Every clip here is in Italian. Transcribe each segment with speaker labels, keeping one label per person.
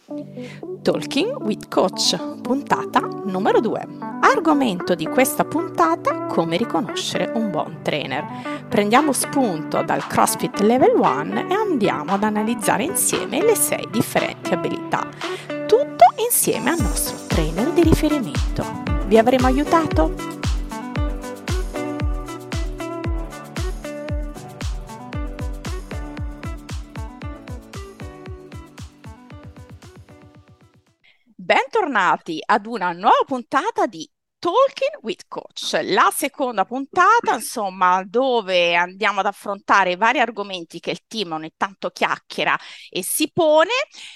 Speaker 1: Talking with Coach, puntata numero 2. Argomento di questa puntata: come riconoscere un buon trainer. Prendiamo spunto dal CrossFit Level 1 e andiamo ad analizzare insieme le 6 differenti abilità. Tutto insieme al nostro trainer di riferimento. Vi avremo aiutato? Bentornati ad una nuova puntata di Talking with Coach, la seconda puntata, insomma, dove andiamo ad affrontare vari argomenti che il team ogni tanto chiacchiera e si pone.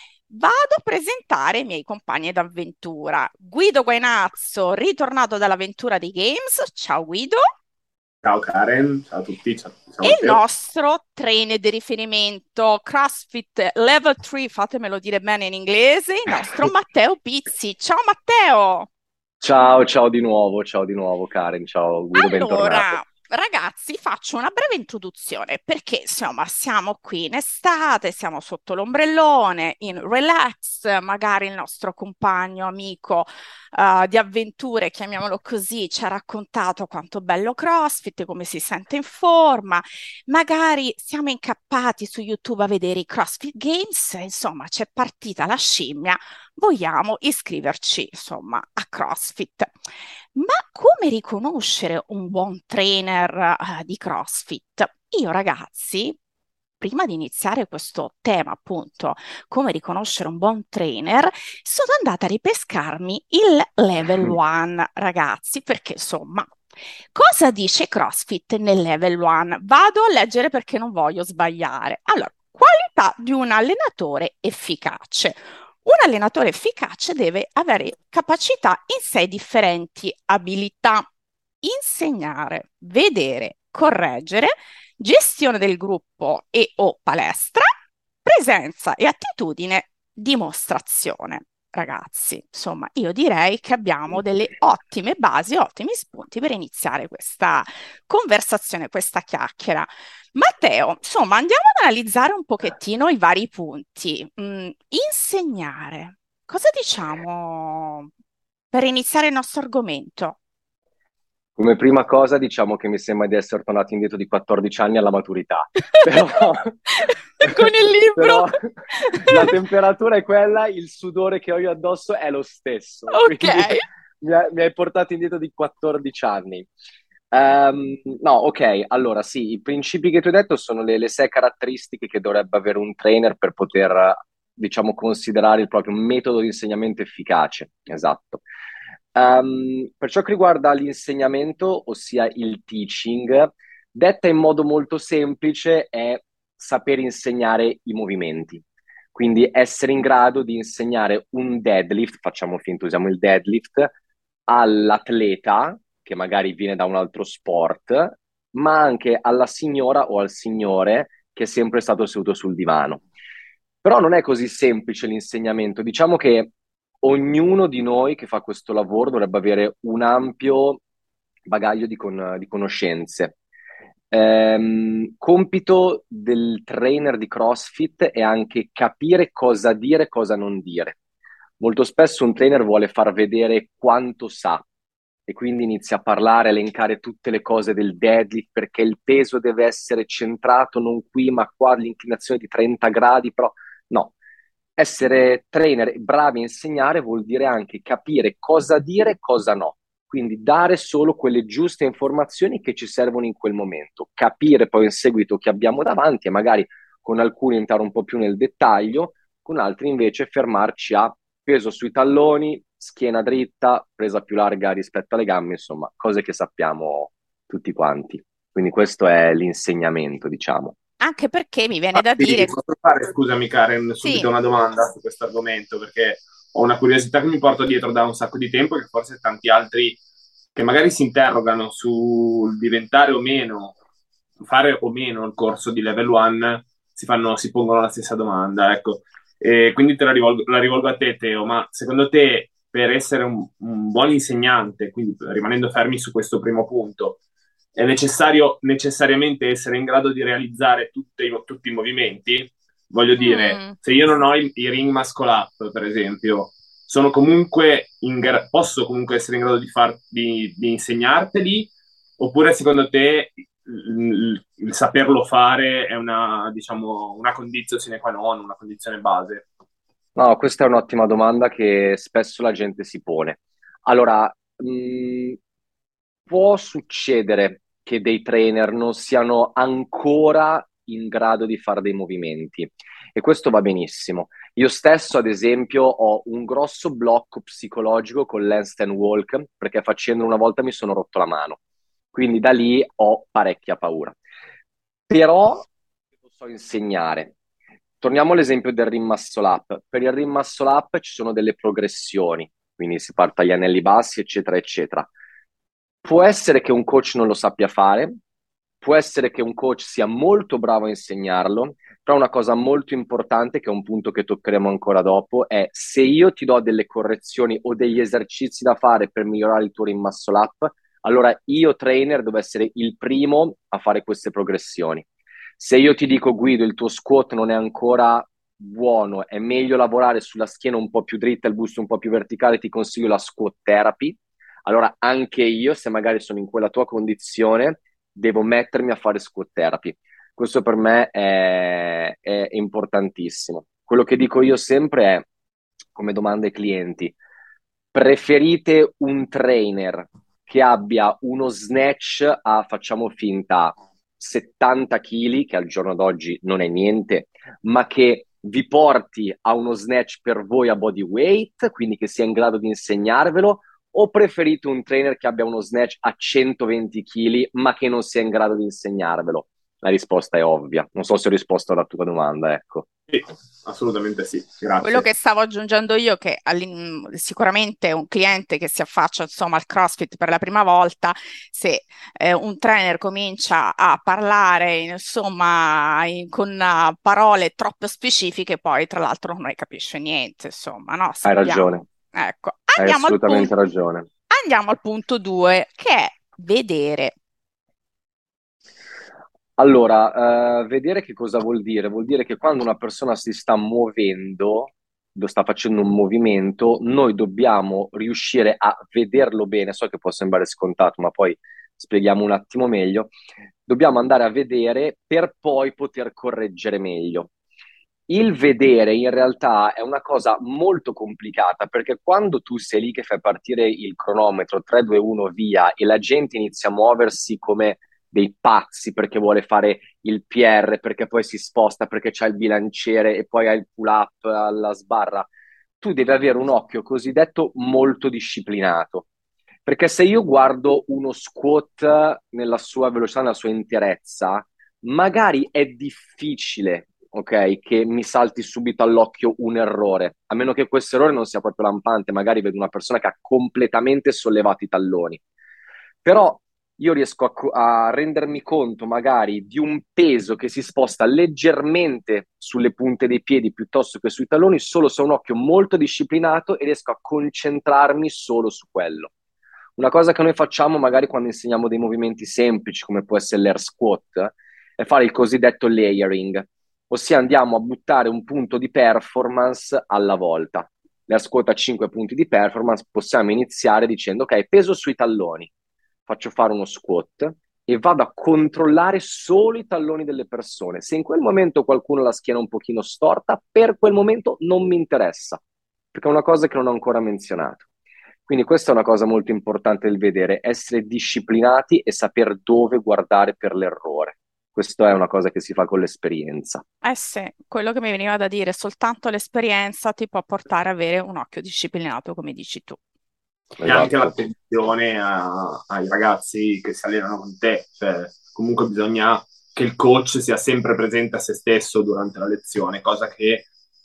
Speaker 1: Vado a presentare i miei compagni d'avventura. Guido Guainazzo, ritornato dall'avventura dei Games. Ciao Guido.
Speaker 2: Ciao Karen, ciao a tutti, ciao
Speaker 1: E il
Speaker 2: Matteo.
Speaker 1: nostro trainer di riferimento, CrossFit Level 3, fatemelo dire bene in inglese, il nostro Matteo Pizzi. Ciao Matteo!
Speaker 3: Ciao di nuovo Karen, ciao Guido,
Speaker 1: Allora,
Speaker 3: bentornato.
Speaker 1: ragazzi, faccio una breve introduzione perché insomma siamo qui in estate, siamo sotto l'ombrellone, in relax, magari il nostro compagno, amico di avventure, chiamiamolo così, ci ha raccontato quanto bello CrossFit, come si sente in forma, magari siamo incappati su YouTube a vedere i CrossFit Games, insomma c'è partita la scimmia, vogliamo iscriverci insomma a CrossFit. Ma come riconoscere un buon trainer, di CrossFit? Io, ragazzi, prima di iniziare questo tema, appunto, come riconoscere un buon trainer, sono andata a ripescarmi il Level 1, ragazzi, perché insomma, cosa dice CrossFit nel Level 1? Vado a leggere perché non voglio sbagliare. Allora, qualità di un allenatore efficace. Un allenatore efficace deve avere capacità in 6 differenti abilità: insegnare, vedere, correggere, gestione del gruppo e o palestra, presenza e attitudine, dimostrazione. Ragazzi, insomma, io direi che abbiamo delle ottime basi, ottimi spunti per iniziare questa conversazione, questa chiacchiera. Matteo, insomma, andiamo ad analizzare un pochettino i vari punti. Insegnare. Cosa diciamo per iniziare il nostro argomento?
Speaker 3: Come prima cosa diciamo che mi sembra di essere tornato indietro di 14 anni alla maturità, però,
Speaker 1: Con il libro?
Speaker 3: però la temperatura è quella, il sudore che ho io addosso è lo stesso,
Speaker 1: Ok.
Speaker 3: quindi mi hai portato indietro di 14 anni. No, ok, allora sì, i principi che tu hai detto sono le 6 caratteristiche che dovrebbe avere un trainer per poter, diciamo, considerare il proprio metodo di insegnamento efficace. Esatto. Per ciò che riguarda l'insegnamento, ossia il teaching, detta in modo molto semplice, è saper insegnare i movimenti. Quindi essere in grado di insegnare un deadlift, facciamo finta, usiamo il deadlift, all'atleta che magari viene da un altro sport, ma anche alla signora o al signore che è sempre stato seduto sul divano. Però non è così semplice l'insegnamento. Diciamo che ognuno di noi che fa questo lavoro dovrebbe avere un ampio bagaglio di conoscenze. Compito del trainer di CrossFit è anche capire cosa dire e cosa non dire. Molto spesso un trainer vuole far vedere quanto sa e quindi inizia a parlare, a elencare tutte le cose del deadlift perché il peso deve essere centrato non qui ma qua, l'inclinazione di 30 gradi, però no. Essere trainer e bravi a insegnare vuol dire anche capire cosa dire e cosa no. Quindi dare solo quelle giuste informazioni che ci servono in quel momento, capire poi in seguito chi abbiamo davanti e magari con alcuni entrare un po' più nel dettaglio, con altri invece fermarci a peso sui talloni, schiena dritta, presa più larga rispetto alle gambe, insomma, cose che sappiamo tutti quanti. Quindi questo è l'insegnamento, diciamo.
Speaker 1: Anche perché mi viene da
Speaker 2: Sì,
Speaker 1: dire,
Speaker 2: posso fare, scusami Karen,
Speaker 1: sì,
Speaker 2: subito una domanda su questo argomento, perché ho una curiosità che mi porto dietro da un sacco di tempo, che forse tanti altri che magari si interrogano sul diventare o meno, fare o meno il corso di Level 1, si pongono la stessa domanda, ecco. E quindi la rivolgo a te, Teo, ma secondo te per essere un buon insegnante, quindi rimanendo fermi su questo primo punto, è necessario necessariamente essere in grado di realizzare tutti i movimenti? Voglio dire,
Speaker 1: Mm.
Speaker 2: se io non ho i ring muscle up, per esempio, sono comunque posso comunque essere in grado di insegnarteli, oppure secondo te il saperlo fare è una, diciamo, una condizione sine qua non, una condizione base?
Speaker 3: No, questa è un'ottima domanda che spesso la gente si pone. Allora, può succedere che dei trainer non siano ancora in grado di fare dei movimenti e questo va benissimo. Io stesso, ad esempio, ho un grosso blocco psicologico con l'handstand walk perché facendo una volta mi sono rotto la mano. Quindi da lì ho parecchia paura. Però lo so insegnare. Torniamo all'esempio del rim muscle up. Per il rim muscle up ci sono delle progressioni, quindi si parte agli anelli bassi, eccetera, eccetera. Può essere che un coach non lo sappia fare, può essere che un coach sia molto bravo a insegnarlo, però una cosa molto importante, che è un punto che toccheremo ancora dopo, è se io ti do delle correzioni o degli esercizi da fare per migliorare il tuo rim muscle up, allora io trainer devo essere il primo a fare queste progressioni. Se io ti dico Guido, il tuo squat non è ancora buono, è meglio lavorare sulla schiena un po' più dritta, il busto un po' più verticale, ti consiglio la squat therapy. Allora anche io, se magari sono in quella tua condizione, devo mettermi a fare squat therapy. Questo per me è importantissimo. Quello che dico io sempre è, come domanda ai clienti, preferite un trainer che abbia uno snatch a, facciamo finta, 70 kg, che al giorno d'oggi non è niente, ma che vi porti a uno snatch per voi a body weight, quindi che sia in grado di insegnarvelo, o preferite un trainer che abbia uno snatch a 120 kg, ma che non sia in grado di insegnarvelo? La risposta è ovvia. Non so se ho risposto alla tua domanda, ecco.
Speaker 2: Sì, assolutamente sì,
Speaker 1: Quello
Speaker 2: grazie.
Speaker 1: che stavo aggiungendo io, che sicuramente un cliente che si affaccia insomma al CrossFit per la prima volta, se un trainer comincia a parlare insomma con parole troppo specifiche, poi tra l'altro non ne capisce niente, insomma, no?
Speaker 3: Hai ragione,
Speaker 1: Sappiamo. Ecco,
Speaker 3: hai assolutamente ragione.
Speaker 1: andiamo al punto 2, che è vedere.
Speaker 3: Allora, vedere che cosa vuol dire? Vuol dire che quando una persona si sta muovendo, sta facendo un movimento, noi dobbiamo riuscire a vederlo bene. So che può sembrare scontato, ma poi spieghiamo un attimo meglio. Dobbiamo andare a vedere per poi poter correggere meglio. Il vedere in realtà è una cosa molto complicata perché quando tu sei lì che fai partire il cronometro 3, 2, 1, via e la gente inizia a muoversi come dei pazzi perché vuole fare il PR, perché poi si sposta, perché c'è il bilanciere e poi ha il pull up alla sbarra, tu devi avere un occhio cosiddetto molto disciplinato. Perché se io guardo uno squat nella sua velocità, nella sua interezza, magari è difficile, ok, che mi salti subito all'occhio un errore, a meno che questo errore non sia proprio lampante, magari vedo una persona che ha completamente sollevato i talloni. Però io riesco a rendermi conto magari di un peso che si sposta leggermente sulle punte dei piedi piuttosto che sui talloni, solo se ho un occhio molto disciplinato e riesco a concentrarmi solo su quello. Una cosa che noi facciamo magari quando insegniamo dei movimenti semplici, come può essere l'air squat, è fare il cosiddetto layering, ossia andiamo a buttare un punto di performance alla volta. L'air squat ha 5 punti di performance, possiamo iniziare dicendo ok, peso sui talloni, faccio fare uno squat e vado a controllare solo i talloni delle persone. Se in quel momento qualcuno ha la schiena un pochino storta, per quel momento non mi interessa, perché è una cosa che non ho ancora menzionato. Quindi questa è una cosa molto importante del vedere, essere disciplinati e saper dove guardare per l'errore. Questa è una cosa che si fa con l'esperienza.
Speaker 1: Eh sì, quello che mi veniva da dire, soltanto l'esperienza ti può portare ad avere un occhio disciplinato, come dici tu.
Speaker 2: E anche
Speaker 3: Esatto.
Speaker 2: l'attenzione ai ragazzi che si allenano con te, cioè comunque bisogna che il coach sia sempre presente a se stesso durante la lezione, cosa che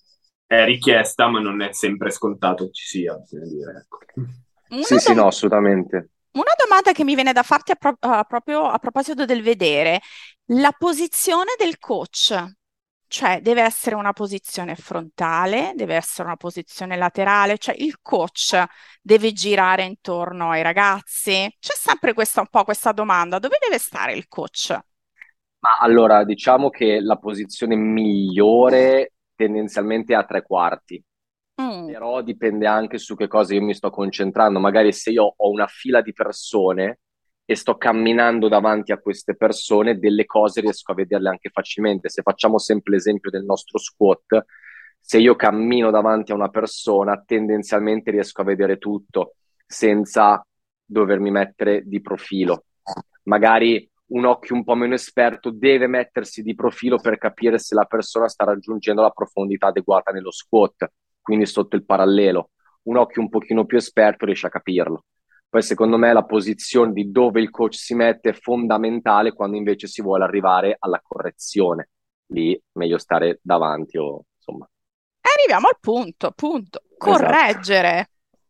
Speaker 2: è richiesta ma non è sempre scontato che ci sia, bisogna dire, ecco.
Speaker 1: Una,
Speaker 3: Sì, sì,
Speaker 1: dom-
Speaker 3: no, assolutamente.
Speaker 1: una domanda che mi viene da farti proprio a proposito del vedere, la posizione del coach, cioè deve essere una posizione frontale, deve essere una posizione laterale, cioè il coach deve girare intorno ai ragazzi. C'è sempre questa, un po' questa domanda, dove deve stare il coach?
Speaker 3: Ma allora, diciamo che la posizione migliore tendenzialmente è a tre quarti,
Speaker 1: Mm.
Speaker 3: però dipende anche su che cosa io mi sto concentrando. Magari se io ho una fila di persone e sto camminando davanti a queste persone, delle cose riesco a vederle anche facilmente. Se facciamo sempre l'esempio del nostro squat, se io cammino davanti a una persona, tendenzialmente riesco a vedere tutto senza dovermi mettere di profilo. Magari un occhio un po' meno esperto deve mettersi di profilo per capire se la persona sta raggiungendo la profondità adeguata nello squat, quindi sotto il parallelo. Un occhio un pochino più esperto riesce a capirlo. Poi secondo me la posizione di dove il coach si mette è fondamentale quando invece si vuole arrivare alla correzione. Lì meglio stare davanti o insomma.
Speaker 1: Arriviamo al punto, punto.
Speaker 3: Esatto.
Speaker 1: Correggere.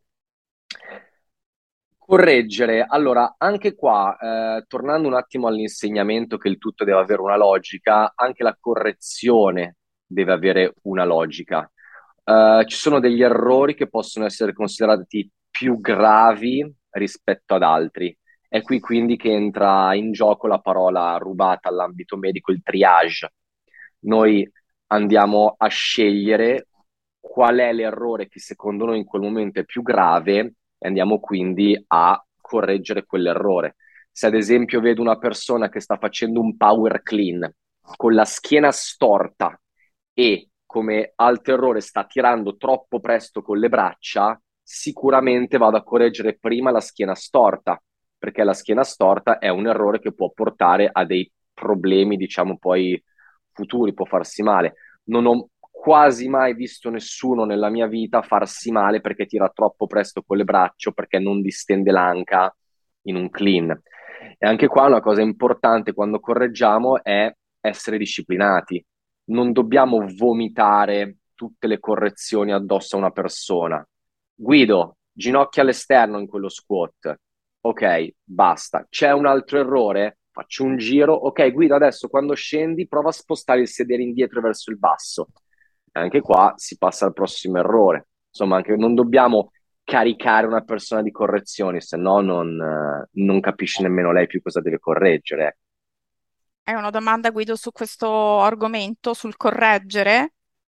Speaker 3: Correggere, allora anche qua, tornando un attimo all'insegnamento che il tutto deve avere una logica, anche la correzione deve avere una logica. Ci sono degli errori che possono essere considerati più gravi rispetto ad altri. È qui quindi che entra in gioco la parola rubata all'ambito medico, il triage. Noi andiamo a scegliere qual è l'errore che secondo noi in quel momento è più grave e andiamo quindi a correggere quell'errore. Se ad esempio vedo una persona che sta facendo un power clean con la schiena storta e come altro errore sta tirando troppo presto con le braccia, sicuramente vado a correggere prima la schiena storta, perché la schiena storta è un errore che può portare a dei problemi, diciamo, poi futuri, può farsi male. Non ho quasi mai visto nessuno nella mia vita farsi male perché tira troppo presto con le braccia o perché non distende l'anca in un clean. E anche qua una cosa importante quando correggiamo è essere disciplinati. Non dobbiamo vomitare tutte le correzioni addosso a una persona. Guido, ginocchia all'esterno in quello squat. Ok, basta. C'è un altro errore? Faccio un giro. Ok, Guido, adesso quando scendi prova a spostare il sedere indietro verso il basso. Anche qua si passa al prossimo errore. Insomma, anche non dobbiamo caricare una persona di correzioni, se no non capisce nemmeno lei più cosa deve correggere.
Speaker 1: È una domanda, Guido, su questo argomento, sul correggere?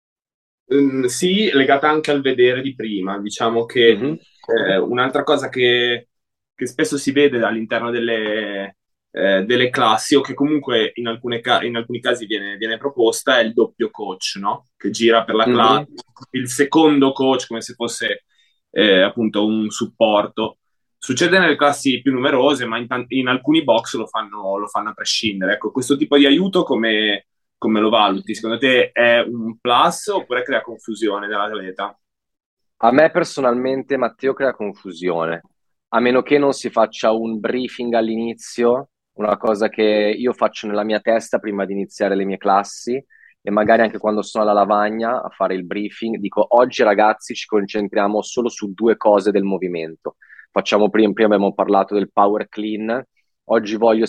Speaker 2: Sì, legata anche al vedere di prima. Diciamo che
Speaker 3: Mhm,
Speaker 2: un'altra cosa che spesso si vede all'interno delle classi, o che comunque in alcuni casi viene proposta, è il doppio coach, no? Che gira per la classe,
Speaker 3: mhm.
Speaker 2: il secondo coach come se fosse appunto un supporto. Succede nelle classi più numerose, ma in alcuni box lo fanno a prescindere. Ecco, questo tipo di aiuto come lo valuti? Secondo te è un plus oppure crea confusione nell'atleta?
Speaker 3: A me personalmente, Matteo, crea confusione, a meno che non si faccia un briefing all'inizio, una cosa che io faccio nella mia testa prima di iniziare le mie classi e magari anche quando sono alla lavagna a fare il briefing, dico oggi ragazzi ci concentriamo solo su due cose del movimento. Facciamo prima abbiamo parlato del power clean, oggi voglio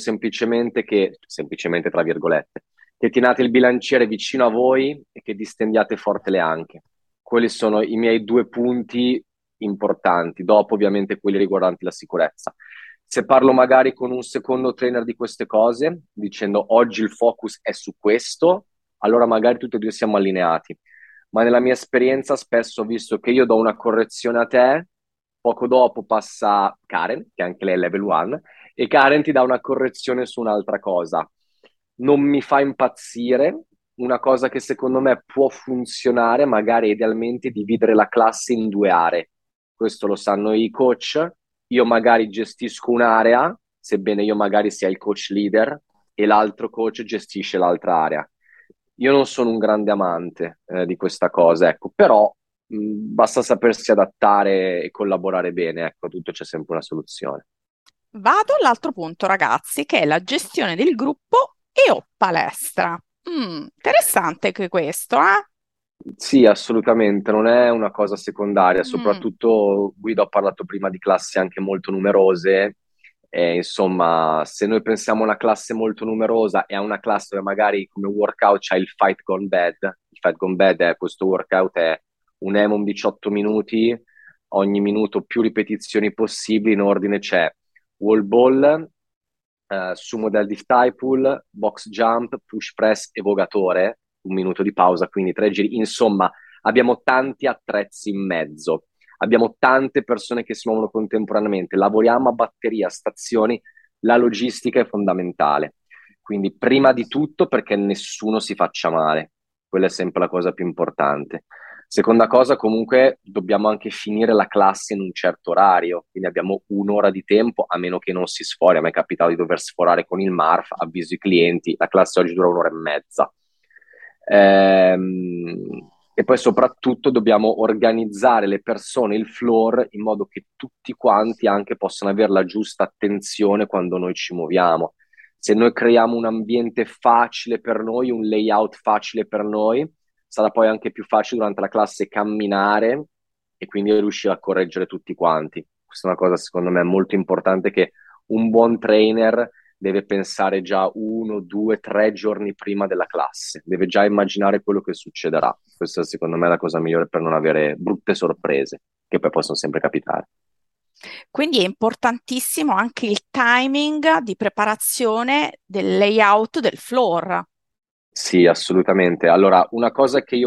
Speaker 3: semplicemente tra virgolette, che teniate il bilanciere vicino a voi e che distendiate forte le anche. Quelli sono i miei due punti importanti, dopo ovviamente quelli riguardanti la sicurezza. Se parlo magari con un secondo trainer di queste cose, dicendo oggi il focus è su questo, allora magari tutti e due siamo allineati. Ma nella mia esperienza spesso ho visto che io do una correzione a te, poco dopo passa Karen, che anche lei è level 1, e Karen ti dà una correzione su un'altra cosa. Non mi fa impazzire, una cosa che secondo me può funzionare, magari idealmente dividere la classe in due aree. Questo lo sanno i coach. Io magari gestisco un'area, sebbene io magari sia il coach leader, e l'altro coach gestisce l'altra area. Io non sono un grande amante di questa cosa, ecco, però basta sapersi adattare e collaborare bene, ecco, a tutto c'è sempre una soluzione.
Speaker 1: Vado all'altro punto, ragazzi, che è la gestione del gruppo e o palestra. Interessante anche questo, eh?
Speaker 3: Sì, assolutamente, non è una cosa secondaria,
Speaker 1: Mm.
Speaker 3: soprattutto Guido ha parlato prima di classi anche molto numerose, e, insomma, se noi pensiamo a una classe molto numerosa e a una classe dove magari come workout c'è il Fight Gone Bad, il Fight Gone Bad è questo workout, è un EMOM 18 minuti, ogni minuto più ripetizioni possibili, in ordine c'è wall ball, sumo del diff thigh pull, box jump, push press e vogatore, 1 minuto di pausa, quindi 3 giri. Insomma, abbiamo tanti attrezzi in mezzo, abbiamo tante persone che si muovono contemporaneamente, lavoriamo a batteria, stazioni, la logistica è fondamentale. Quindi prima di tutto perché nessuno si faccia male, quella è sempre la cosa più importante. Seconda cosa, comunque dobbiamo anche finire la classe in un certo orario, quindi abbiamo 1 ora di tempo, a meno che non si sfori. A me è capitato di dover sforare con il MARF, avviso i clienti, la classe oggi dura 1 ora e mezza. E poi soprattutto dobbiamo organizzare le persone, il floor, in modo che tutti quanti anche possano avere la giusta attenzione quando noi ci muoviamo. Se noi creiamo un ambiente facile per noi, un layout facile per noi, sarà poi anche più facile durante la classe camminare e quindi riuscire a correggere tutti quanti. Questa è una cosa secondo me molto importante che un buon trainer deve pensare già 1, 2, 3 giorni prima della classe, deve già immaginare quello che succederà. Questa secondo me è la cosa migliore per non avere brutte sorprese, che poi possono sempre capitare.
Speaker 1: Quindi è importantissimo anche il timing di preparazione del layout del floor.
Speaker 3: Sì, assolutamente. Allora, una cosa che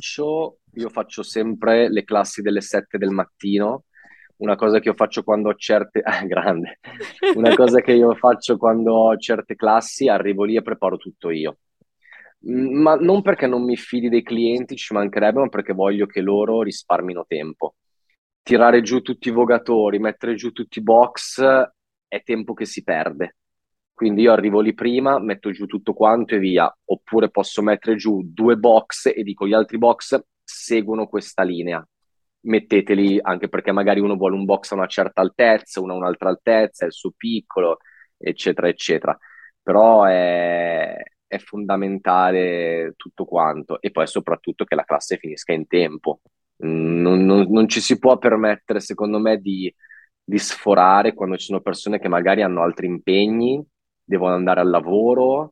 Speaker 3: io faccio sempre le classi delle 7 del mattino. Una cosa che io faccio quando ho certe... grande. Una cosa che io faccio quando ho certe classi, arrivo lì e preparo tutto io. Ma non perché non mi fidi dei clienti, ci mancherebbe, ma perché voglio che loro risparmino tempo. Tirare giù tutti i vogatori, mettere giù tutti i box è tempo che si perde. Quindi io arrivo lì prima, metto giù tutto quanto e via. Oppure posso mettere giù 2 box e dico gli altri box seguono questa linea. Metteteli anche perché magari uno vuole un box a una certa altezza, uno a un'altra altezza, è il suo piccolo, eccetera, eccetera. Però è fondamentale tutto quanto. E poi soprattutto che la classe finisca in tempo. Non ci si può permettere, secondo me, di sforare quando ci sono persone che magari hanno altri impegni, devono andare al lavoro,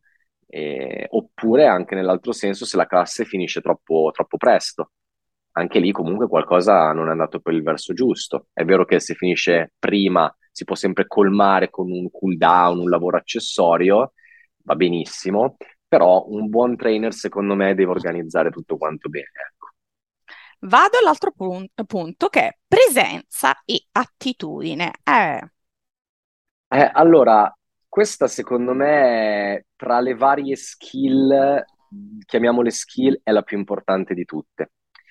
Speaker 3: oppure anche nell'altro senso se la classe finisce troppo presto. Anche lì comunque qualcosa non è andato per il verso giusto. È vero che se finisce prima si può sempre colmare con un cool down, un lavoro accessorio, va benissimo, però un buon trainer secondo me deve organizzare tutto quanto bene, ecco.
Speaker 1: Vado all'altro punto che è presenza e attitudine.
Speaker 3: Allora, questa secondo me tra le varie skill, chiamiamole skill, è la più importante di tutte.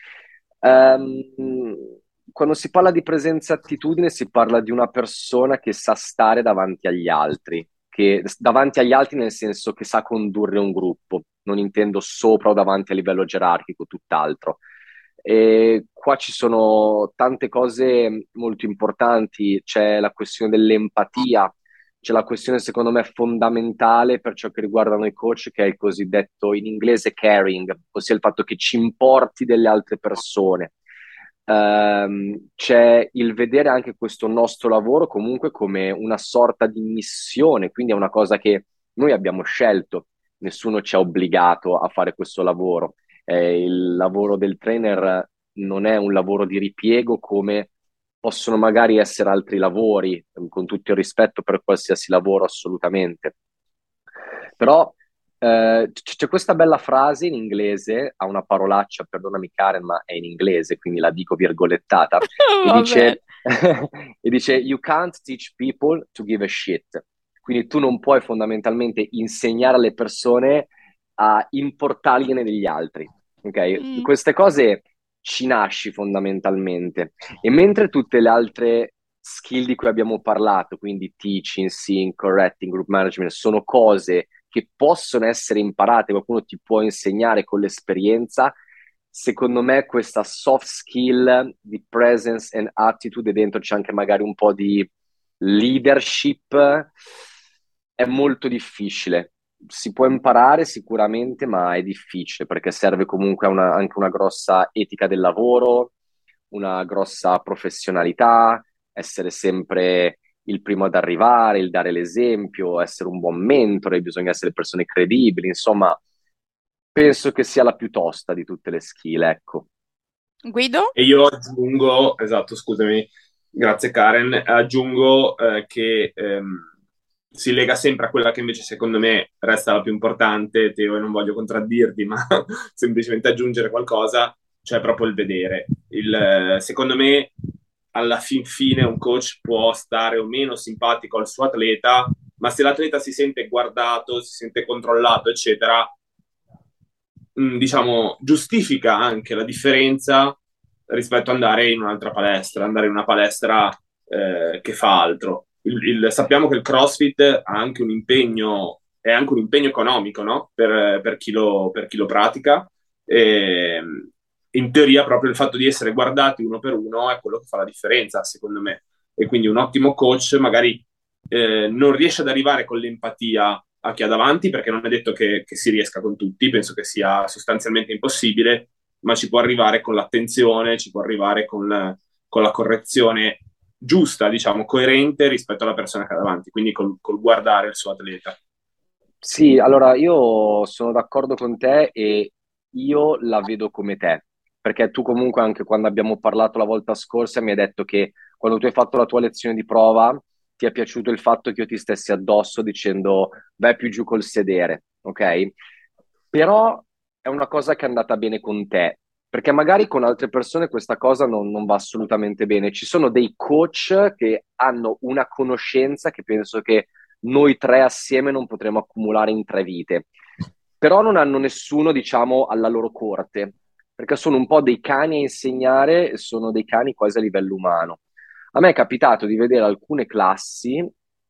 Speaker 3: Ehm, Quando si parla di presenza e attitudine, si parla di una persona che sa stare davanti agli altri, che davanti agli altri nel senso che sa condurre un gruppo, non intendo sopra o davanti a livello gerarchico, tutt'altro. E qua ci sono tante cose molto importanti, c'è la questione dell'empatia, c'è la questione secondo me fondamentale per ciò che riguarda noi coach, che è il cosiddetto in inglese caring, ossia il fatto che ci importi delle altre persone. C'è il vedere anche questo nostro lavoro comunque come una sorta di missione, quindi è una cosa che noi abbiamo scelto, nessuno ci ha obbligato a fare questo lavoro. Il lavoro del trainer non è un lavoro di ripiego come possono magari essere altri lavori, con tutto il rispetto per qualsiasi lavoro, assolutamente. Però c'è questa bella frase in inglese, ha una parolaccia, perdonami Karen, ma è in inglese, quindi la dico virgolettata, e
Speaker 1: Va bene.
Speaker 3: dice, e dice You can't teach people to give a shit. Quindi tu non puoi fondamentalmente insegnare alle persone a importargliene degli altri. Ok?
Speaker 1: Mm.
Speaker 3: Queste cose ci nasci fondamentalmente. E mentre tutte le altre skill di cui abbiamo parlato, quindi teaching, seeing, correcting, group management, sono cose che possono essere imparate, qualcuno ti può insegnare con l'esperienza. Secondo me questa soft skill di presence and attitude, e dentro c'è anche magari un po' di leadership, è molto difficile. Si può imparare sicuramente, ma è difficile perché serve comunque anche una grossa etica del lavoro, una grossa professionalità, essere sempre il primo ad arrivare, il dare l'esempio, essere un buon mentore, bisogna essere persone credibili, insomma, penso che sia la più tosta di tutte le skill, ecco.
Speaker 1: Guido?
Speaker 2: E io aggiungo, esatto, scusami, grazie Karen, aggiungo che si lega sempre a quella che invece secondo me resta la più importante, Teo, e non voglio contraddirti, ma semplicemente aggiungere qualcosa, cioè proprio il vedere. Secondo me, alla fin fine, un coach può stare o meno simpatico al suo atleta, ma se l'atleta si sente guardato, si sente controllato, eccetera, diciamo, giustifica anche la differenza rispetto ad andare in un'altra palestra, andare in una palestra che fa altro. Sappiamo che il CrossFit ha anche un impegno, è anche un impegno economico, no? Per chi lo pratica. E, in teoria, proprio il fatto di essere guardati uno per uno è quello che fa la differenza, secondo me. E quindi un ottimo coach magari non riesce ad arrivare con l'empatia a chi ha davanti, perché non è detto che si riesca con tutti, penso che sia sostanzialmente impossibile, ma ci può arrivare con l'attenzione, ci può arrivare con la correzione giusta, diciamo, coerente rispetto alla persona che ha davanti, quindi col guardare il suo atleta.
Speaker 3: Sì, allora io sono d'accordo con te e io la vedo come te, perché tu comunque anche quando abbiamo parlato la volta scorsa mi hai detto che quando tu hai fatto la tua lezione di prova ti è piaciuto il fatto che io ti stessi addosso dicendo vai più giù col sedere, ok? Però è una cosa che è andata bene con te, perché magari con altre persone questa cosa non va assolutamente bene. Ci sono dei coach che hanno una conoscenza che penso che noi tre assieme non potremo accumulare in 3 vite, però non hanno nessuno, diciamo, alla loro corte, perché sono un po' dei cani a insegnare e sono dei cani quasi a livello umano. A me è capitato di vedere alcune classi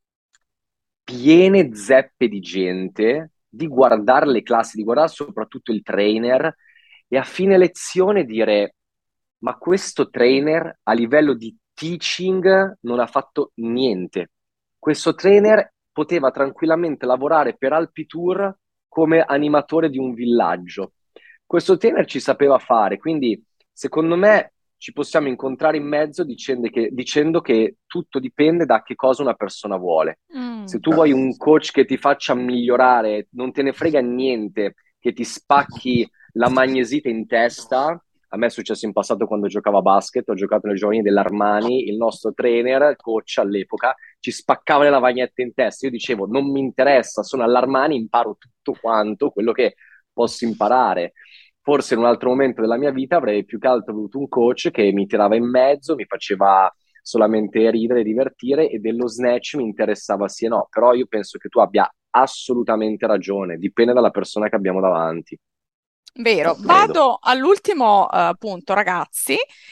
Speaker 3: piene zeppe di gente, di guardare le classi, di guardare soprattutto il trainer e a fine lezione dire, ma questo trainer a livello di teaching non ha fatto niente. Questo trainer poteva tranquillamente lavorare per Alpitour come animatore di un villaggio. Questo trainer ci sapeva fare, quindi secondo me ci possiamo incontrare in mezzo dicendo che tutto dipende da che cosa una persona vuole. Se
Speaker 1: Mm.
Speaker 3: tu vuoi un coach che ti faccia migliorare, non te ne frega niente, che ti spacchi la magnesite in testa. A me è successo in passato quando giocavo a basket, ho giocato nei giovani dell'Armani, il nostro trainer, il coach all'epoca, ci spaccava le lavagnette in testa. Io dicevo, non mi interessa, sono all'Armani, imparo tutto quanto, quello che posso imparare. Forse in un altro momento della mia vita avrei più che altro avuto un coach che mi tirava in mezzo, mi faceva solamente ridere, divertire e dello snatch mi interessava sì e no, però io penso che tu abbia assolutamente ragione, dipende dalla persona che abbiamo davanti,
Speaker 1: Vero,
Speaker 3: credo.
Speaker 1: vado all'ultimo punto, ragazzi,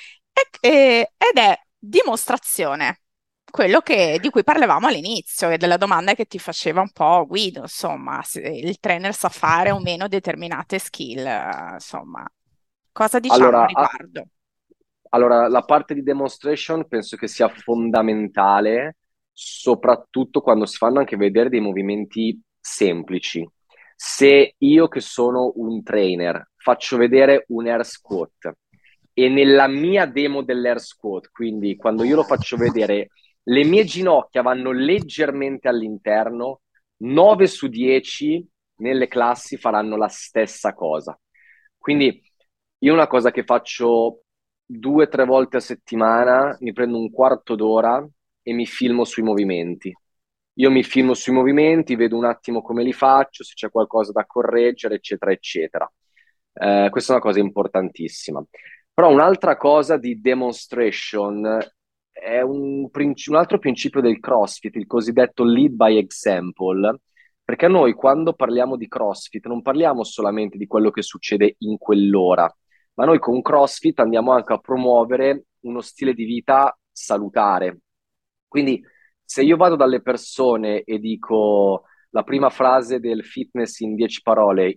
Speaker 1: ed è dimostrazione, di cui parlavamo all'inizio e della domanda che ti faceva un po' Guido, insomma, se il trainer sa fare o meno determinate skill, insomma, cosa diciamo a
Speaker 3: Allora,
Speaker 1: riguardo?
Speaker 3: allora, la parte di demonstration penso che sia fondamentale, soprattutto quando si fanno anche vedere dei movimenti semplici. Se io che sono un trainer faccio vedere un air squat e nella mia demo dell'air squat, quindi quando io lo faccio vedere, le mie ginocchia vanno leggermente all'interno, 9 su 10 nelle classi faranno la stessa cosa. Quindi io una cosa che faccio 2 o 3 volte a settimana, mi prendo un quarto d'ora e mi filmo sui movimenti. Io mi filmo sui movimenti, vedo un attimo come li faccio, se c'è qualcosa da correggere, eccetera, eccetera. Questa è una cosa importantissima. Però un'altra cosa di demonstration è un altro principio del CrossFit, il cosiddetto lead by example, perché noi quando parliamo di CrossFit non parliamo solamente di quello che succede in quell'ora, ma noi con CrossFit andiamo anche a promuovere uno stile di vita salutare. Quindi se io vado dalle persone e dico la prima frase del fitness in 10 parole,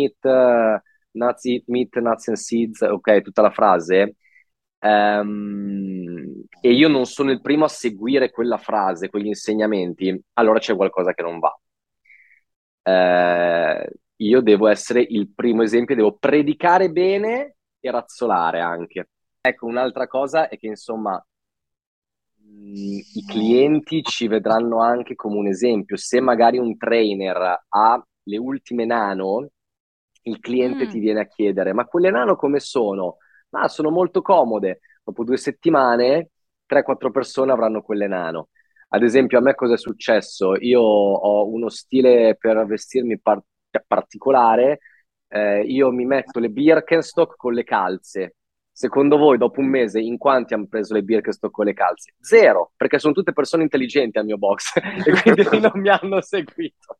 Speaker 3: eat meat, nuts and seeds, ok, tutta la frase, e io non sono il primo a seguire quella frase, quegli insegnamenti, allora c'è qualcosa che non va. Io devo essere il primo esempio, devo predicare bene e razzolare anche. Ecco, un'altra cosa è che insomma i clienti ci vedranno anche come un esempio. Se magari un trainer ha le ultime nano, il cliente ti
Speaker 1: Mm.
Speaker 3: viene a chiedere: ma quelle nano come sono? Ma sono molto comode. Dopo 2 settimane, 3-4 persone avranno quelle nano. Ad esempio, a me cosa è successo? Io ho uno stile per vestirmi particolare, io mi metto le Birkenstock con le calze. Secondo voi, dopo un mese, in quanti hanno preso le Birkenstock con le calze? Zero, perché sono tutte persone intelligenti al mio box e quindi non mi hanno seguito.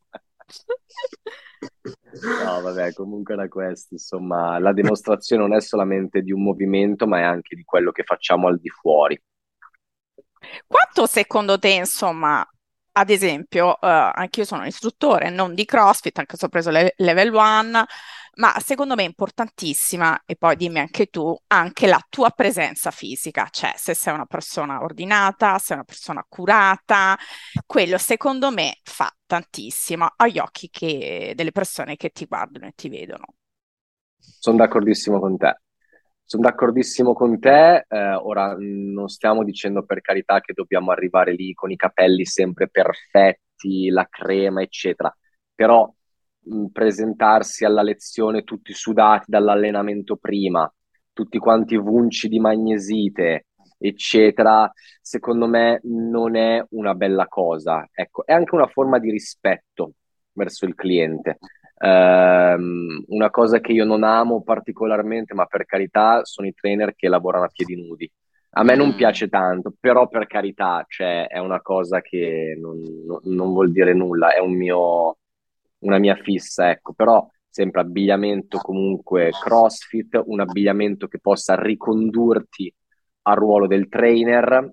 Speaker 3: No, vabbè, comunque era questo, insomma, la dimostrazione non è solamente di un movimento, ma è anche di quello che facciamo al di fuori.
Speaker 1: Quanto secondo te, insomma, ad esempio, anch'io sono un istruttore, non di CrossFit, anche se ho preso Level 1, ma secondo me è importantissima, e poi dimmi anche tu, anche la tua presenza fisica, cioè se sei una persona ordinata, sei una persona curata, quello secondo me fa tantissimo agli occhi delle persone che ti guardano e ti vedono.
Speaker 3: Sono d'accordissimo con te. Sono d'accordissimo con te. Ora non stiamo dicendo per carità che dobbiamo arrivare lì con i capelli sempre perfetti, la crema, eccetera. Però presentarsi alla lezione tutti sudati dall'allenamento prima, tutti quanti vunci di magnesite, eccetera, secondo me non è una bella cosa. Ecco, è anche una forma di rispetto verso il cliente. Una cosa che io non amo particolarmente, ma per carità, sono i trainer che lavorano a piedi nudi. A me non
Speaker 1: Mm.
Speaker 3: piace tanto, però per carità, cioè, è una cosa che non vuol dire nulla, è una mia fissa, ecco, però sempre abbigliamento comunque CrossFit, un abbigliamento che possa ricondurti al ruolo del trainer,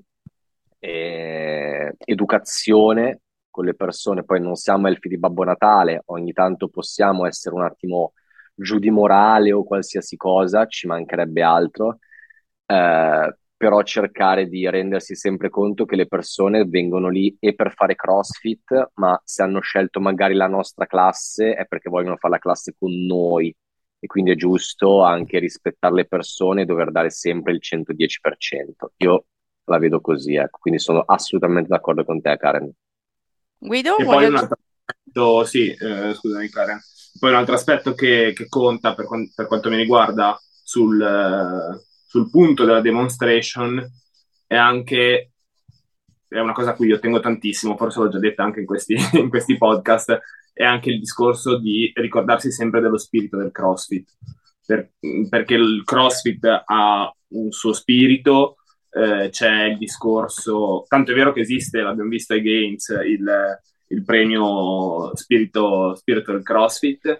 Speaker 3: educazione con le persone, poi non siamo elfi di Babbo Natale, ogni tanto possiamo essere un attimo giù di morale o qualsiasi cosa, ci mancherebbe altro, però cercare di rendersi sempre conto che le persone vengono lì e per fare CrossFit, ma se hanno scelto magari la nostra classe è perché vogliono fare la classe con noi e quindi è giusto anche rispettare le persone e dover dare sempre il 110%. Io la vedo così, ecco, quindi sono assolutamente d'accordo con te, Karen.
Speaker 1: Guido,
Speaker 2: E
Speaker 1: vuoi
Speaker 2: poi un
Speaker 1: aggiungere?
Speaker 2: altro aspetto, sì, scusami Karen, poi un altro aspetto che conta per quanto mi riguarda sul punto della demonstration è anche, è una cosa a cui io tengo tantissimo, forse l'ho già detta anche in questi, in questi podcast, è anche il discorso di ricordarsi sempre dello spirito del CrossFit, Per- perché il CrossFit ha un suo spirito, c'è il discorso, tanto è vero che esiste, l'abbiamo visto ai Games, il premio spirito del CrossFit,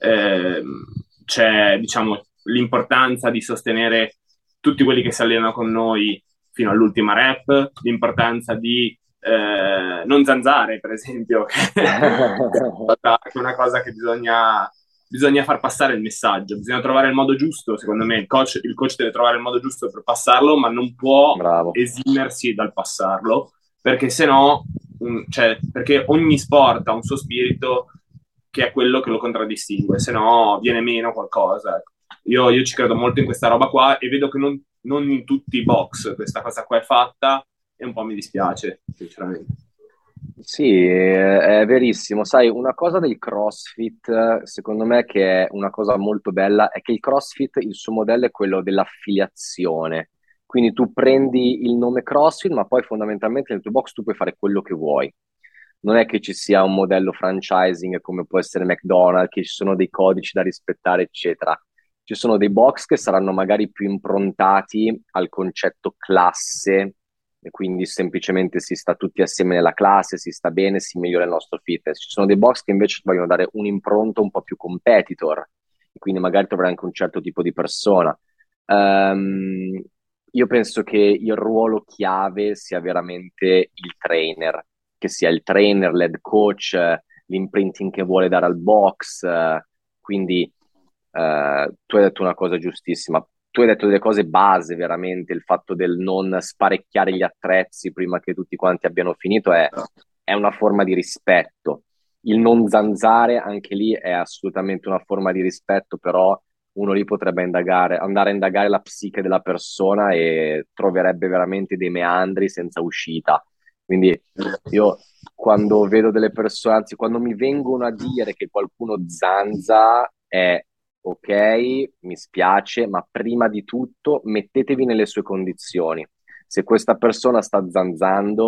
Speaker 2: c'è diciamo l'importanza di sostenere tutti quelli che si allenano con noi fino all'ultima rep, l'importanza di non zanzare, per esempio, che è una cosa che bisogna far passare il messaggio, bisogna trovare il modo giusto, secondo me il coach deve trovare il modo giusto per passarlo, ma non può
Speaker 3: Bravo.
Speaker 2: esimersi dal passarlo, perché se no, cioè, perché ogni sport ha un suo spirito che è quello che lo contraddistingue, se no viene meno qualcosa. Io ci credo molto in questa roba qua e vedo che non in tutti i box questa cosa qua è fatta e un po' mi dispiace, sinceramente.
Speaker 3: Sì, è verissimo. Sai, una cosa del CrossFit, secondo me, che è una cosa molto bella, è che il CrossFit, il suo modello è quello dell'affiliazione. Quindi tu prendi il nome CrossFit, ma poi fondamentalmente nel tuo box tu puoi fare quello che vuoi. Non è che ci sia un modello franchising come può essere McDonald's, che ci sono dei codici da rispettare, eccetera. Ci sono dei box che saranno magari più improntati al concetto classe e quindi semplicemente si sta tutti assieme nella classe, si sta bene, si migliora il nostro fitness. Ci sono dei box che invece vogliono dare un'impronta un po' più competitor e quindi magari trovare anche un certo tipo di persona. Ehm, io penso che il ruolo chiave sia veramente il trainer, che sia il trainer, l'head coach, l'imprinting che vuole dare al box. Quindi tu hai detto una cosa giustissima. Tu hai detto delle cose base, veramente. Il fatto del non sparecchiare gli attrezzi prima che tutti quanti abbiano finito è una forma di rispetto. Il non zanzare, anche lì, è assolutamente una forma di rispetto, però uno lì potrebbe andare a indagare la psiche della persona e troverebbe veramente dei meandri senza uscita. Quindi io quando vedo delle persone, anzi quando mi vengono a dire che qualcuno zanza è ok, mi spiace, ma prima di tutto mettetevi nelle sue condizioni. Se questa persona sta zanzando,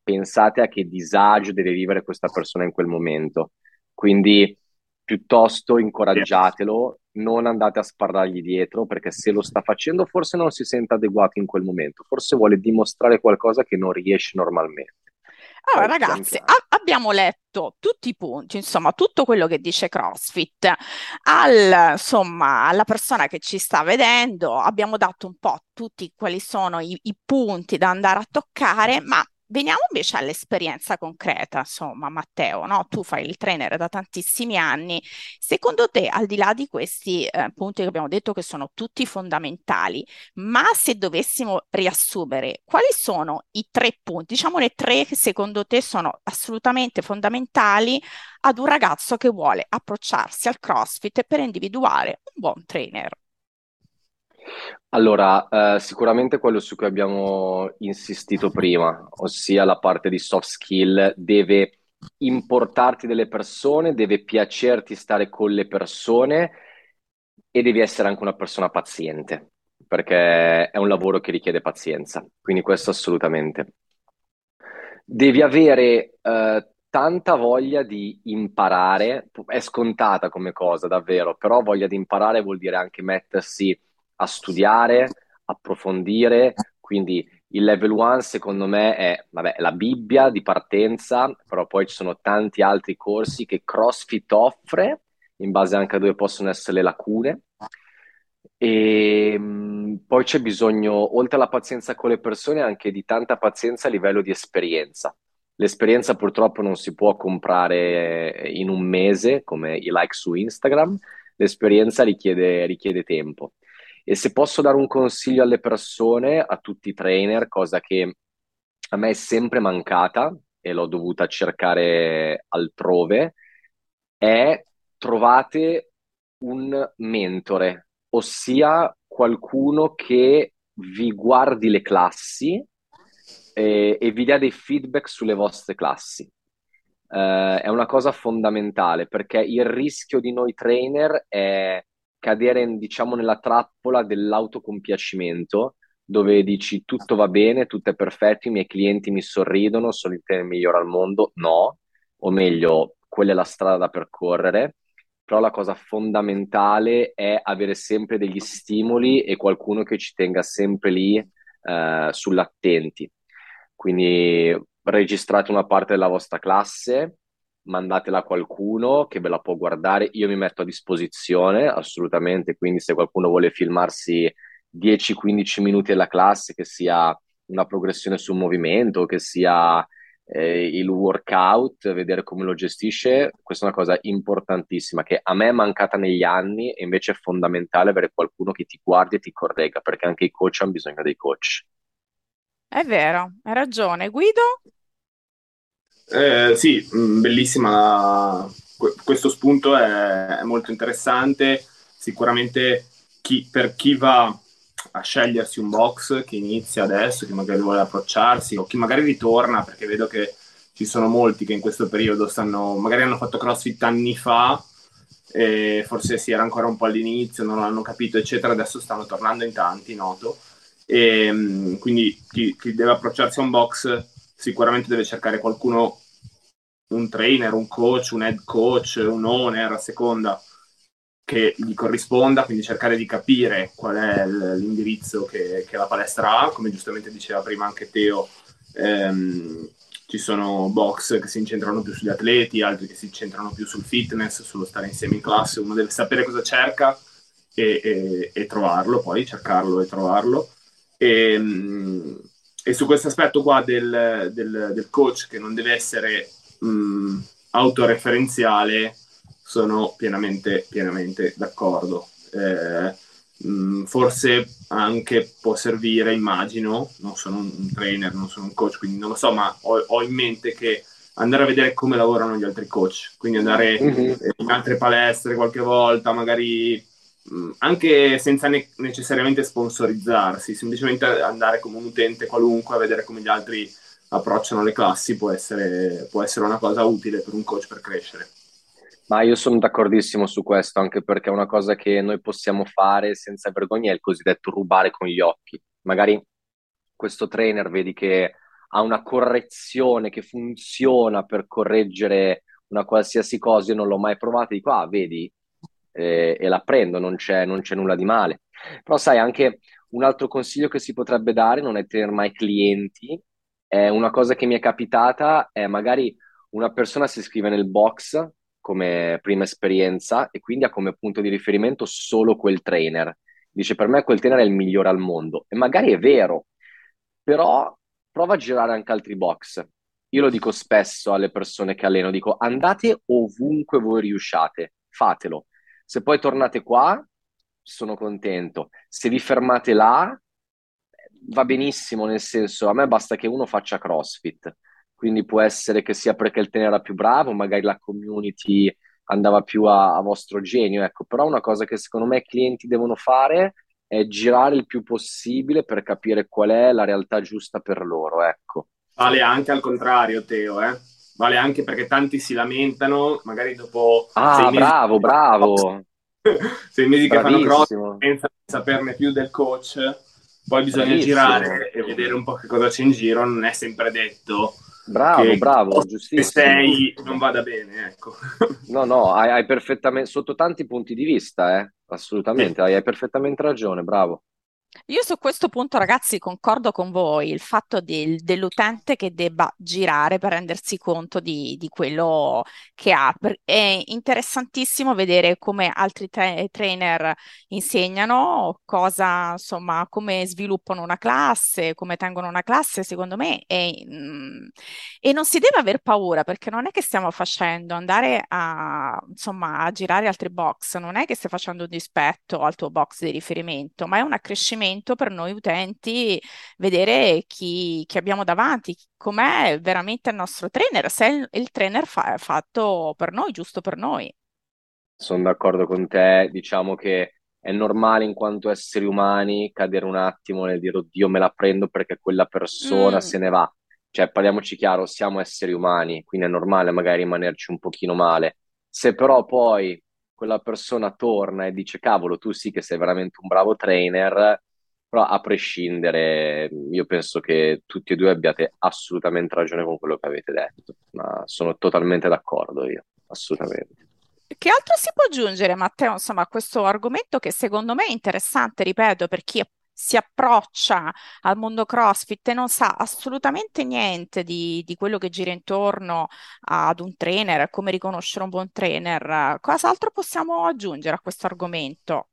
Speaker 3: pensate a che disagio deve vivere questa persona in quel momento. Quindi piuttosto
Speaker 2: Sì.
Speaker 3: incoraggiatelo, non andate a sparargli dietro, perché se lo sta facendo forse non si sente adeguato in quel momento, forse vuole dimostrare qualcosa che non riesce normalmente.
Speaker 1: Allora,
Speaker 3: Poi pian
Speaker 1: ragazzi,
Speaker 3: piano.
Speaker 1: abbiamo letto tutti i punti, insomma, tutto quello che dice CrossFit insomma, alla persona che ci sta vedendo. Abbiamo dato un po' tutti quali sono i punti da andare a toccare, ma veniamo invece all'esperienza concreta, insomma, Matteo, no? Tu fai il trainer da tantissimi anni. Secondo te, al di là di questi punti che abbiamo detto che sono tutti fondamentali, ma se dovessimo riassumere, quali sono i tre punti, diciamone tre che secondo te sono assolutamente fondamentali ad un ragazzo che vuole approcciarsi al CrossFit per individuare un buon trainer?
Speaker 3: Allora, sicuramente quello su cui abbiamo insistito prima, ossia la parte di soft skill, deve importarti delle persone, deve piacerti stare con le persone e devi essere anche una persona paziente, perché è un lavoro che richiede pazienza, quindi questo assolutamente. Devi avere tanta voglia di imparare, è scontata come cosa, davvero, però voglia di imparare vuol dire anche mettersi a studiare, approfondire, quindi il level 1 secondo me è, vabbè, la Bibbia di partenza, però poi ci sono tanti altri corsi che CrossFit offre, in base anche a dove possono essere le lacune. E poi c'è bisogno, oltre alla pazienza con le persone, anche di tanta pazienza a livello di esperienza. L'esperienza purtroppo non si può comprare in un mese come i like su Instagram, l'esperienza richiede tempo. E se posso dare un consiglio alle persone, a tutti i trainer, cosa che a me è sempre mancata e l'ho dovuta cercare altrove, è trovate un mentore, ossia qualcuno che vi guardi le classi e vi dia dei feedback sulle vostre classi. È una cosa fondamentale perché il rischio di noi trainer è cadere, diciamo, nella trappola dell'autocompiacimento, dove dici tutto va bene, tutto è perfetto, i miei clienti mi sorridono, sono il trainer migliore al mondo. No, o meglio, quella è la strada da percorrere. Però la cosa fondamentale è avere sempre degli stimoli e qualcuno che ci tenga sempre lì sull'attenti. Quindi registrate una parte della vostra classe, mandatela a qualcuno che ve la può guardare. Io mi metto a disposizione assolutamente, quindi se qualcuno vuole filmarsi 10-15 minuti della classe, che sia una progressione sul movimento, che sia il workout, vedere come lo gestisce, questa è una cosa importantissima che a me è mancata negli anni e invece è fondamentale avere qualcuno che ti guardi e ti corregga, perché anche i coach hanno bisogno dei coach.
Speaker 1: È vero, hai ragione. Guido?
Speaker 2: Sì, bellissima. Questo spunto è molto interessante. Sicuramente per chi va a scegliersi un box, chi inizia adesso, chi magari vuole approcciarsi o chi magari ritorna, perché vedo che ci sono molti che in questo periodo magari hanno fatto CrossFit anni fa e forse si era ancora un po' all'inizio, non l'hanno capito, eccetera. Adesso stanno tornando in tanti, noto. E quindi chi deve approcciarsi a un box sicuramente deve cercare qualcuno, un trainer, un coach, un head coach, un owner a seconda che gli corrisponda, quindi cercare di capire qual è l'indirizzo che la palestra ha, come giustamente diceva prima anche Teo. ehm, Ci sono box che si incentrano più sugli atleti, altri che si incentrano più sul fitness, sullo stare insieme in classe. Uno deve sapere cosa cerca e trovarlo, poi cercarlo e trovarlo. E, e su questo aspetto qua del coach che non deve essere mh, autoreferenziale, sono pienamente d'accordo. Forse anche può servire, immagino, non sono un trainer, non sono un coach, quindi non lo so, ma ho in mente che andare a vedere come lavorano gli altri coach, quindi andare
Speaker 3: Mhm.
Speaker 2: in altre palestre qualche volta, magari anche senza necessariamente sponsorizzarsi, semplicemente andare come un utente qualunque a vedere come gli altri approcciano le classi può essere una cosa utile per un coach per crescere.
Speaker 3: Ma io sono d'accordissimo su questo, anche perché una cosa che noi possiamo fare senza vergogna è il cosiddetto rubare con gli occhi. Magari questo trainer vedi che ha una correzione che funziona per correggere una qualsiasi cosa, io non l'ho mai provata, dico, ah, vedi, e la prendo, non c'è nulla di male. Però sai, anche un altro consiglio che si potrebbe dare non è tenere mai clienti. Una cosa che mi è capitata è magari una persona si iscrive nel box come prima esperienza e quindi ha come punto di riferimento solo quel trainer. Dice, per me quel trainer è il migliore al mondo. E magari è vero, però prova a girare anche altri box. Io lo dico spesso alle persone che alleno, dico andate ovunque voi riusciate, fatelo. Se poi tornate qua, sono contento. Se vi fermate là, va benissimo, nel senso, a me basta che uno faccia CrossFit. Quindi può essere che sia perché il tenere era più bravo, magari la community andava più a vostro genio, ecco. Però una cosa che secondo me i clienti devono fare è girare il più possibile per capire qual è la realtà giusta per loro, ecco.
Speaker 2: Vale anche al contrario, Teo, eh? Vale anche perché tanti si lamentano, magari dopo sei
Speaker 3: Ah,
Speaker 2: mesi,
Speaker 3: bravo, bravo,
Speaker 2: 6 mesi che fanno cross,
Speaker 3: bravissimo,
Speaker 2: senza saperne più del coach, poi bisogna
Speaker 3: bravissimo,
Speaker 2: girare e vedere un po' che cosa c'è in giro, non è sempre detto
Speaker 3: bravo,
Speaker 2: che
Speaker 3: bravo,
Speaker 2: se
Speaker 3: giustissimo.
Speaker 2: sei non vada bene, ecco.
Speaker 3: No, no, hai perfettamente, sotto tanti punti di vista,
Speaker 2: Sì.
Speaker 3: assolutamente, hai perfettamente ragione, bravo.
Speaker 1: Io su questo punto, ragazzi, concordo con voi, il fatto dell'utente che debba girare per rendersi conto di quello che ha. È interessantissimo vedere come altri trainer insegnano, cosa, insomma, come sviluppano una classe, come tengono una classe, secondo me, e non si deve aver paura perché non è che stiamo facendo andare a, insomma, a girare altri box, non è che stai facendo un dispetto al tuo box di riferimento, ma è un accrescimento per noi utenti vedere chi abbiamo davanti, com'è veramente il nostro trainer, se il trainer è fatto per noi, giusto per noi.
Speaker 3: Sono d'accordo con te, diciamo che è normale in quanto esseri umani cadere un attimo nel dire oddio me la prendo perché quella persona
Speaker 1: Mm.
Speaker 3: se ne va. Cioè, parliamoci chiaro, siamo esseri umani, quindi è normale magari rimanerci un pochino male. Se però poi quella persona torna e dice cavolo, tu sì che sei veramente un bravo trainer, però a prescindere, io penso che tutti e due abbiate assolutamente ragione con quello che avete detto, ma sono totalmente d'accordo io, assolutamente.
Speaker 1: Che altro si può aggiungere, Matteo, insomma, a questo argomento che secondo me è interessante, ripeto, per chi si approccia al mondo CrossFit e non sa assolutamente niente di quello che gira intorno ad un trainer, come riconoscere un buon trainer. Cos'altro possiamo aggiungere a questo argomento?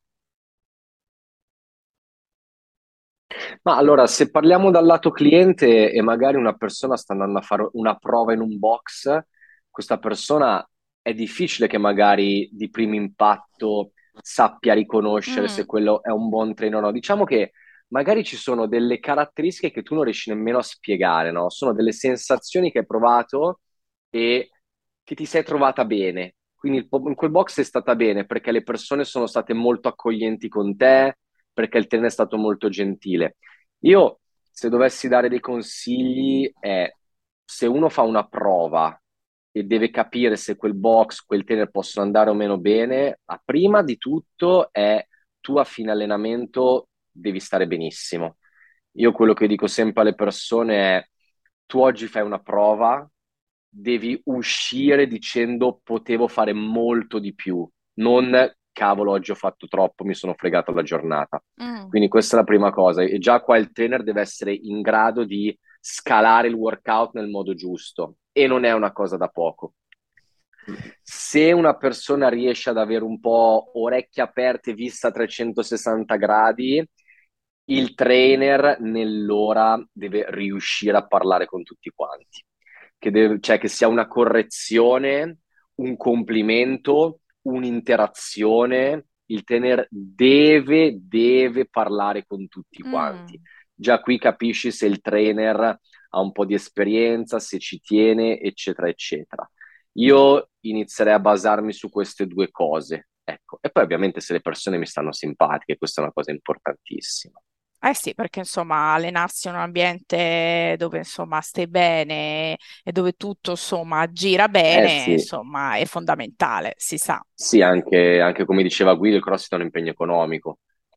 Speaker 3: Ma allora, se parliamo dal lato cliente e magari una persona sta andando a fare una prova in un box, questa persona è difficile che magari di primo impatto sappia riconoscere se
Speaker 1: Mm,
Speaker 3: quello è un buon trainer o no. Diciamo che magari ci sono delle caratteristiche che tu non riesci nemmeno a spiegare, no? Sono delle sensazioni che hai provato e che ti sei trovata bene. Quindi in quel box sei stata bene perché le persone sono state molto accoglienti con te, perché il trainer è stato molto gentile. Io, se dovessi dare dei consigli, è se uno fa una prova e deve capire se quel box, quel trainer possono andare o meno bene, la prima di tutto è tu a fine allenamento devi stare benissimo. Io quello che dico sempre alle persone è tu oggi fai una prova, devi uscire dicendo potevo fare molto di più, non cavolo, oggi ho fatto troppo, mi sono fregato la giornata.
Speaker 1: mm.
Speaker 3: Quindi questa è la prima cosa. E già qua il trainer deve essere in grado di scalare il workout nel modo giusto e non è una cosa da poco. Se una persona riesce ad avere un po' orecchie aperte, vista a 360 gradi, il trainer nell'ora deve riuscire a parlare con tutti quanti, cioè che sia una correzione, un complimento, un'interazione, il trainer deve parlare con tutti quanti.
Speaker 1: Mm.
Speaker 3: Già qui capisci se il trainer ha un po' di esperienza, se ci tiene, eccetera, eccetera. Io inizierei a basarmi su queste due cose, ecco. E poi ovviamente se le persone mi stanno simpatiche, questa è una cosa importantissima.
Speaker 1: Eh sì, perché insomma allenarsi in un ambiente dove insomma stai bene e dove tutto insomma gira
Speaker 3: Eh
Speaker 1: bene,
Speaker 3: sì,
Speaker 1: insomma è fondamentale, si sa.
Speaker 3: sì, anche come diceva Guido, il CrossFit è un impegno economico,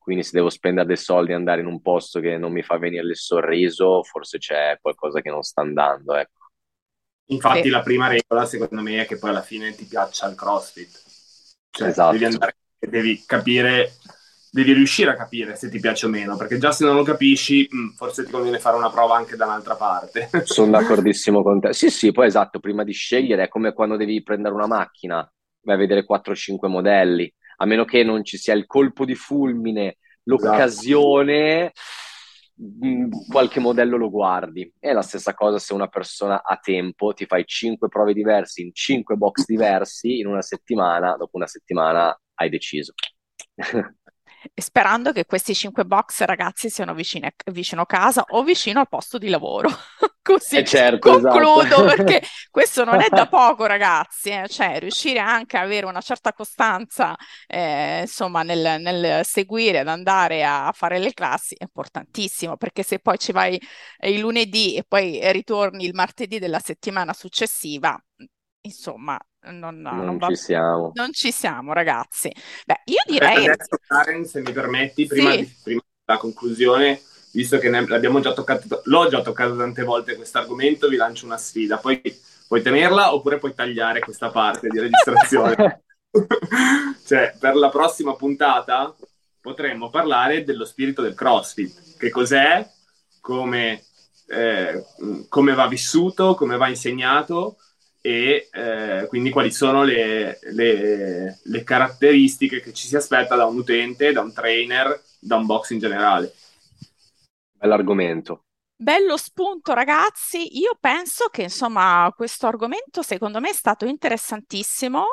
Speaker 3: quindi se devo spendere dei soldi e andare in un posto che non mi fa venire il sorriso, forse c'è qualcosa che non sta andando, ecco.
Speaker 1: Sì.
Speaker 2: Infatti la prima regola, secondo me, è che poi alla fine ti piaccia il CrossFit. Cioè, devi
Speaker 3: Esatto.
Speaker 2: andare, devi capire, devi riuscire a capire se ti piace o meno, perché già se non lo capisci, forse ti conviene fare una prova anche da un'altra parte.
Speaker 3: Sono d'accordissimo con te. Sì, sì, poi esatto, prima di scegliere è come quando devi prendere una macchina, vai a vedere 4-5 modelli, a meno che non ci sia il colpo di fulmine,
Speaker 2: Esatto.
Speaker 3: l'occasione, qualche modello lo guardi. È la stessa cosa se una persona ha tempo, ti fai 5 prove diverse in 5 box diversi in una settimana, dopo una settimana hai deciso.
Speaker 1: E sperando che questi 5 box, ragazzi, siano vicino casa o vicino al posto di lavoro. Così
Speaker 3: Certo, esatto.
Speaker 1: concludo, perché questo non è da poco, ragazzi, cioè riuscire anche a avere una certa costanza, insomma, nel seguire, ad andare a fare le classi è importantissimo, perché se poi ci vai il lunedì e poi ritorni il martedì della settimana successiva, insomma, non
Speaker 3: Non
Speaker 1: va,
Speaker 3: ci siamo.
Speaker 1: non ci siamo, ragazzi. Beh, io direi
Speaker 2: Adesso, Karen, se mi permetti,
Speaker 1: sì.
Speaker 2: prima della conclusione, visto che l'abbiamo già toccato, l'ho già toccato tante volte questo argomento, vi lancio una sfida. Poi puoi tenerla oppure puoi tagliare questa parte di registrazione. Cioè, per la prossima puntata potremmo parlare dello spirito del CrossFit. Che cos'è? Come, come va vissuto, come va insegnato e quindi quali sono le caratteristiche che ci si aspetta da un utente, da un trainer, da un box in generale.
Speaker 3: Bell'argomento.
Speaker 1: Bello spunto, ragazzi. Io penso che, insomma, questo argomento secondo me è stato interessantissimo.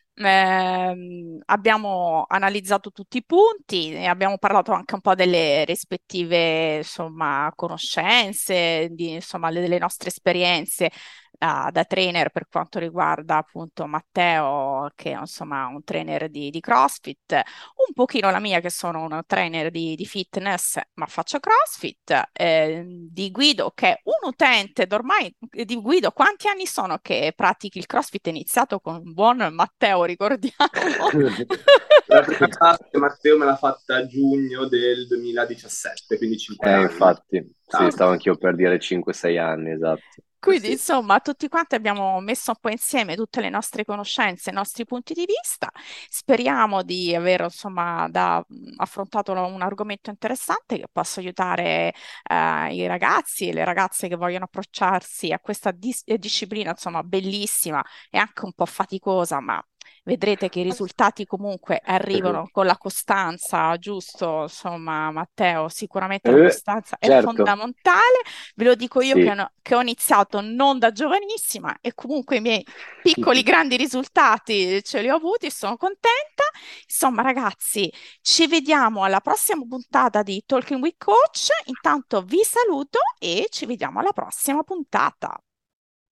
Speaker 1: Abbiamo analizzato tutti i punti e abbiamo parlato anche un po' delle rispettive, insomma, conoscenze, insomma, delle nostre esperienze da trainer per quanto riguarda appunto Matteo, che è insomma un trainer di CrossFit, un pochino la mia che sono una trainer di fitness, ma faccio CrossFit, di Guido che è un utente ormai di Guido. Quanti anni sono che pratichi il CrossFit? È iniziato con un buon Matteo, ricordiamo.
Speaker 2: La prima classe Matteo me l'ha fatta a giugno del 2017, quindi 5 anni.
Speaker 3: Infatti, sì,
Speaker 2: Ah,
Speaker 3: stavo anch'io per dire 5-6 anni, esatto.
Speaker 1: Quindi,
Speaker 2: sì.
Speaker 1: insomma, tutti quanti abbiamo messo un po' insieme tutte le nostre conoscenze, i nostri punti di vista. Speriamo di aver, insomma, affrontato un argomento interessante che possa aiutare i ragazzi e le ragazze che vogliono approcciarsi a questa disciplina, insomma, bellissima e anche un po' faticosa, ma vedrete che i risultati comunque arrivano con la costanza, giusto? Insomma, Matteo, sicuramente la costanza è
Speaker 3: Certo,
Speaker 1: fondamentale. Ve lo dico io
Speaker 3: sì.
Speaker 1: che ho iniziato non da giovanissima e comunque i miei piccoli grandi risultati ce li ho avuti e sono contenta. Insomma, ragazzi, ci vediamo alla prossima puntata di Talking with Coach. Intanto vi saluto e ci vediamo alla prossima puntata.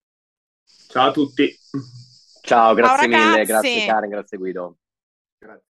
Speaker 2: Ciao a tutti.
Speaker 3: Ciao,
Speaker 1: Ciao
Speaker 3: grazie mille, grazie
Speaker 1: ragazzi!
Speaker 3: Karen, grazie Guido.
Speaker 2: Grazie.